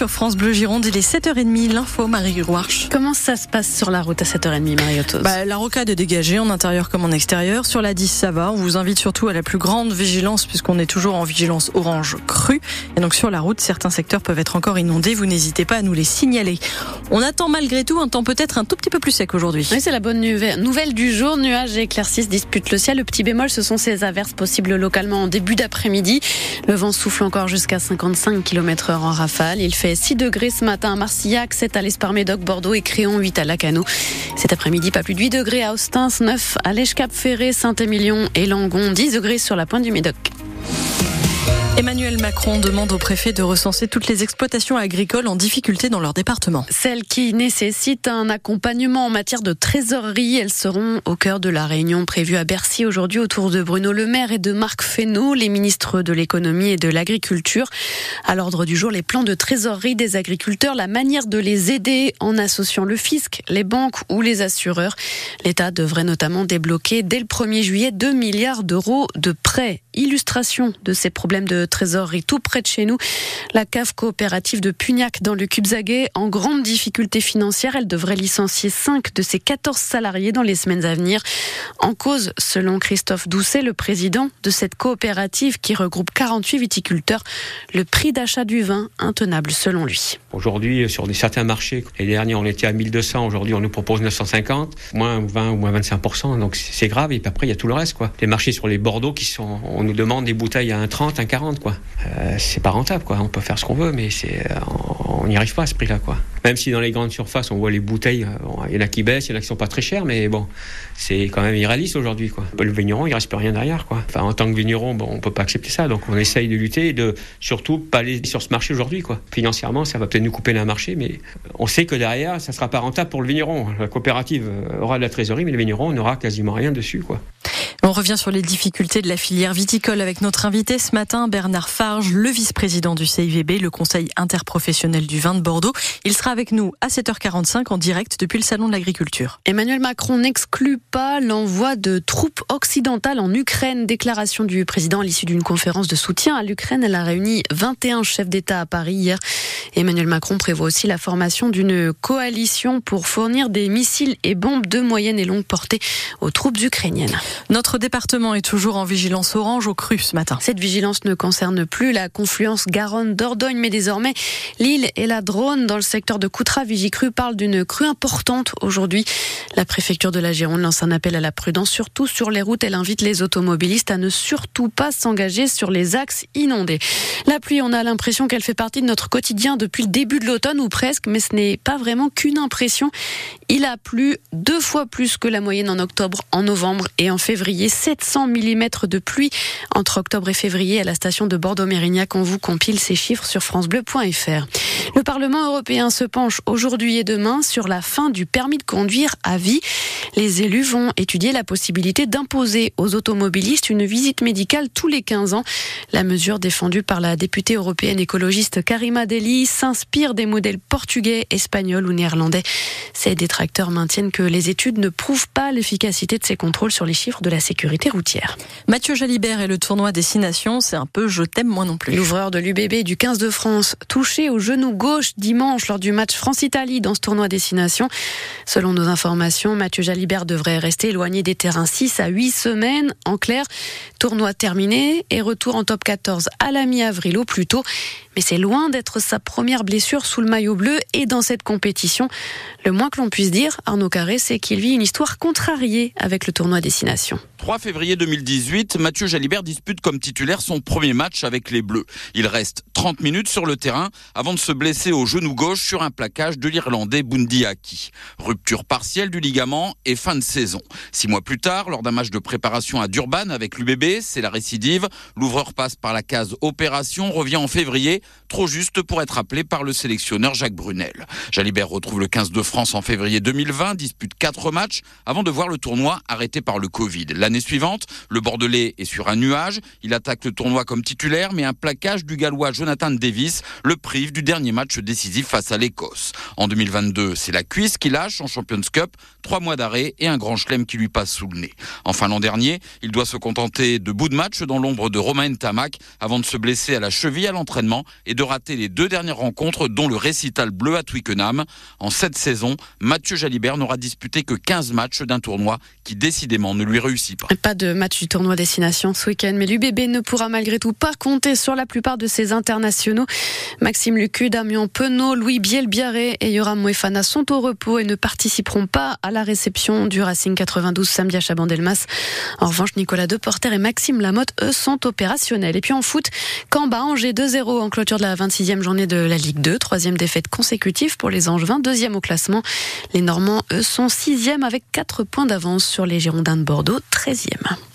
sur France Bleu Gironde, il est 7h30, l'info Marie Rouarche. Comment ça se passe sur la route à 7h30, Marie-Autos ? La rocade est dégagée en intérieur comme en extérieur. Sur la 10, ça va. On vous invite surtout à la plus grande vigilance puisqu'on est toujours en vigilance orange crue. Et donc sur la route, certains secteurs peuvent être encore inondés. Vous n'hésitez pas à nous les signaler. On attend malgré tout un temps peut-être un tout petit peu plus sec aujourd'hui. Oui, c'est la bonne nouvelle du jour. Nuages et éclaircies disputent le ciel. Le petit bémol, ce sont ces averses possibles localement en début d'après-midi. Le vent souffle encore jusqu'à 55 km/h en rafale. Il fait 6 degrés ce matin à Marcillac, 7 à l'Esparmédoc, Bordeaux et Créon, 8 à Lacanau. Cet après-midi, pas plus de 8 degrés à Ostens, 9 à Lèche-Cap-Ferré, Saint-Émilion et Langon, 10 degrés sur la pointe du Médoc. Emmanuel Macron demande au préfet de recenser toutes les exploitations agricoles en difficulté dans leur département. Celles qui nécessitent un accompagnement en matière de trésorerie, elles seront au cœur de la réunion prévue à Bercy aujourd'hui autour de Bruno Le Maire et de Marc Fesneau, les ministres de l'économie et de l'agriculture. À l'ordre du jour, les plans de trésorerie des agriculteurs, la manière de les aider en associant le fisc, les banques ou les assureurs. L'État devrait notamment débloquer dès le 1er juillet 2 milliards d'euros de prêts. Illustration de ces problèmes de trésorerie tout près de chez nous. La cave coopérative de Pugnac dans le Cubzaguais en grande difficulté financière. Elle devrait licencier 5 de ses 14 salariés dans les semaines à venir. En cause, selon Christophe Doucet, le président de cette coopérative qui regroupe 48 viticulteurs, le prix d'achat du vin intenable selon lui. Aujourd'hui, sur certains marchés, les derniers on était à 1200, aujourd'hui on nous propose 950, moins 20 ou moins 25%, donc c'est grave. Et puis après il y a tout le reste, quoi. Les marchés sur les Bordeaux on nous demande des bouteilles à 1,30, 1,40, quoi. C'est pas rentable, quoi. On peut faire ce qu'on veut, mais on n'y arrive pas à ce prix-là, quoi. Même si dans les grandes surfaces on voit les bouteilles, il y en a qui baissent, il y en a qui sont pas très chères, mais bon, c'est quand même irréaliste aujourd'hui, quoi. Le vigneron, il reste plus rien derrière, quoi. Enfin, en tant que vigneron, on peut pas accepter ça, donc on essaye de lutter et de surtout pas aller sur ce marché aujourd'hui, quoi. Financièrement, ça va peut-être nous couper d'un marché, mais on sait que derrière, ça sera pas rentable pour le vigneron. La coopérative aura de la trésorerie, mais le vigneron n'aura quasiment rien dessus, quoi. On revient sur les difficultés de la filière viticole avec notre invité ce matin, Bernard Farge, le vice-président du CIVB, le Conseil interprofessionnel du vin de Bordeaux. Il sera avec nous à 7h45 en direct depuis le Salon de l'Agriculture. Emmanuel Macron n'exclut pas l'envoi de troupes occidentales en Ukraine. Déclaration du président à l'issue d'une conférence de soutien à l'Ukraine. Elle a réuni 21 chefs d'État à Paris hier. Emmanuel Macron prévoit aussi la formation d'une coalition pour fournir des missiles et bombes de moyenne et longue portée aux troupes ukrainiennes. Notre département est toujours en vigilance orange au cru ce matin. Cette vigilance ne concerne plus la confluence Garonne-Dordogne, mais désormais l'île et la Dronne dans le secteur de Coutras-Vigicru parlent d'une crue importante aujourd'hui. La préfecture de la Gironde lance un appel à la prudence, surtout sur les routes. Elle invite les automobilistes à ne surtout pas s'engager sur les axes inondés. La pluie, on a l'impression qu'elle fait partie de notre quotidien depuis le début de l'automne ou presque, mais ce n'est pas vraiment qu'une impression. Il a plu 2 fois plus que la moyenne en octobre, en novembre et en février. 700 mm de pluie entre octobre et février à la station de Bordeaux-Mérignac. On vous compile ces chiffres sur francebleu.fr. Le Parlement européen se penche aujourd'hui et demain sur la fin du permis de conduire à vie. Les élus vont étudier la possibilité d'imposer aux automobilistes une visite médicale tous les 15 ans. La mesure défendue par la députée européenne écologiste Karima Delli s'inspire des modèles portugais, espagnols ou néerlandais. Ces détracteurs maintiennent que les études ne prouvent pas l'efficacité de ces contrôles sur les chiffres de la sécurité routière. Mathieu Jalibert et le tournoi Destination, c'est un peu je t'aime moi non plus. L'ouvreur de l'UBB du 15 de France, touché au genou gauche dimanche lors du match France-Italie dans ce tournoi Destination. Selon nos informations, Mathieu Jalibert devrait rester éloigné des terrains 6 à 8 semaines. En clair, tournoi terminé et retour en top 14 à la mi-avril au plus tôt. Mais c'est loin d'être sa première blessure sous le maillot bleu et dans cette compétition. Le moins que l'on puisse dire, Arnaud Carré, c'est qu'il vit une histoire contrariée avec le tournoi Destination. 3 février 2018, Mathieu Jalibert dispute comme titulaire son premier match avec les Bleus. Il reste 30 minutes sur le terrain avant de se blesser au genou gauche sur un plaquage de l'Irlandais Bundee Aki. Rupture partielle du ligament et fin de saison. 6 mois plus tard, lors d'un match de préparation à Durban avec l'UBB, c'est la récidive. L'ouvreur passe par la case opération, revient en février, trop juste pour être appelé par le sélectionneur Jacques Brunel. Jalibert retrouve le 15 de France en février 2020, dispute 4 matchs avant de voir le tournoi arrêté par le Covid. L'année suivante, le Bordelais est sur un nuage. Il attaque le tournoi comme titulaire, mais un plaquage du Gallois Jonathan Davis le prive du dernier match décisif face à l'Écosse. En 2022, c'est la cuisse qui lâche en Champions Cup, 3 mois d'arrêt et un grand chelem qui lui passe sous le nez. Enfin, l'an dernier, il doit se contenter de bouts de match dans l'ombre de Romain Ntamak avant de se blesser à la cheville à l'entraînement et de rater les 2 dernières rencontres, dont le récital bleu à Twickenham. En cette saison, Mathieu Jalibert n'aura disputé que 15 matchs d'un tournoi qui décidément ne lui réussit pas. Pas de match du tournoi Destination ce week-end, mais l'UBB ne pourra malgré tout pas compter sur la plupart de ses internationaux. Maxime Lucu, Damien Penaud, Louis Bielbiarré et Yoram Moefana sont au repos et ne participeront pas à la réception du Racing 92 samedi à Chabandelmas. En revanche, Nicolas Deporter et Maxime Lamotte, eux, sont opérationnels. Et puis en foot, Caen bat Angers 2-0 en clôture de la 26e journée de la Ligue 2. 3e défaite consécutive pour les Angevins, 2e au classement. Les Normands, eux, sont 6e avec 4 points d'avance sur les Girondins de Bordeaux, 13e.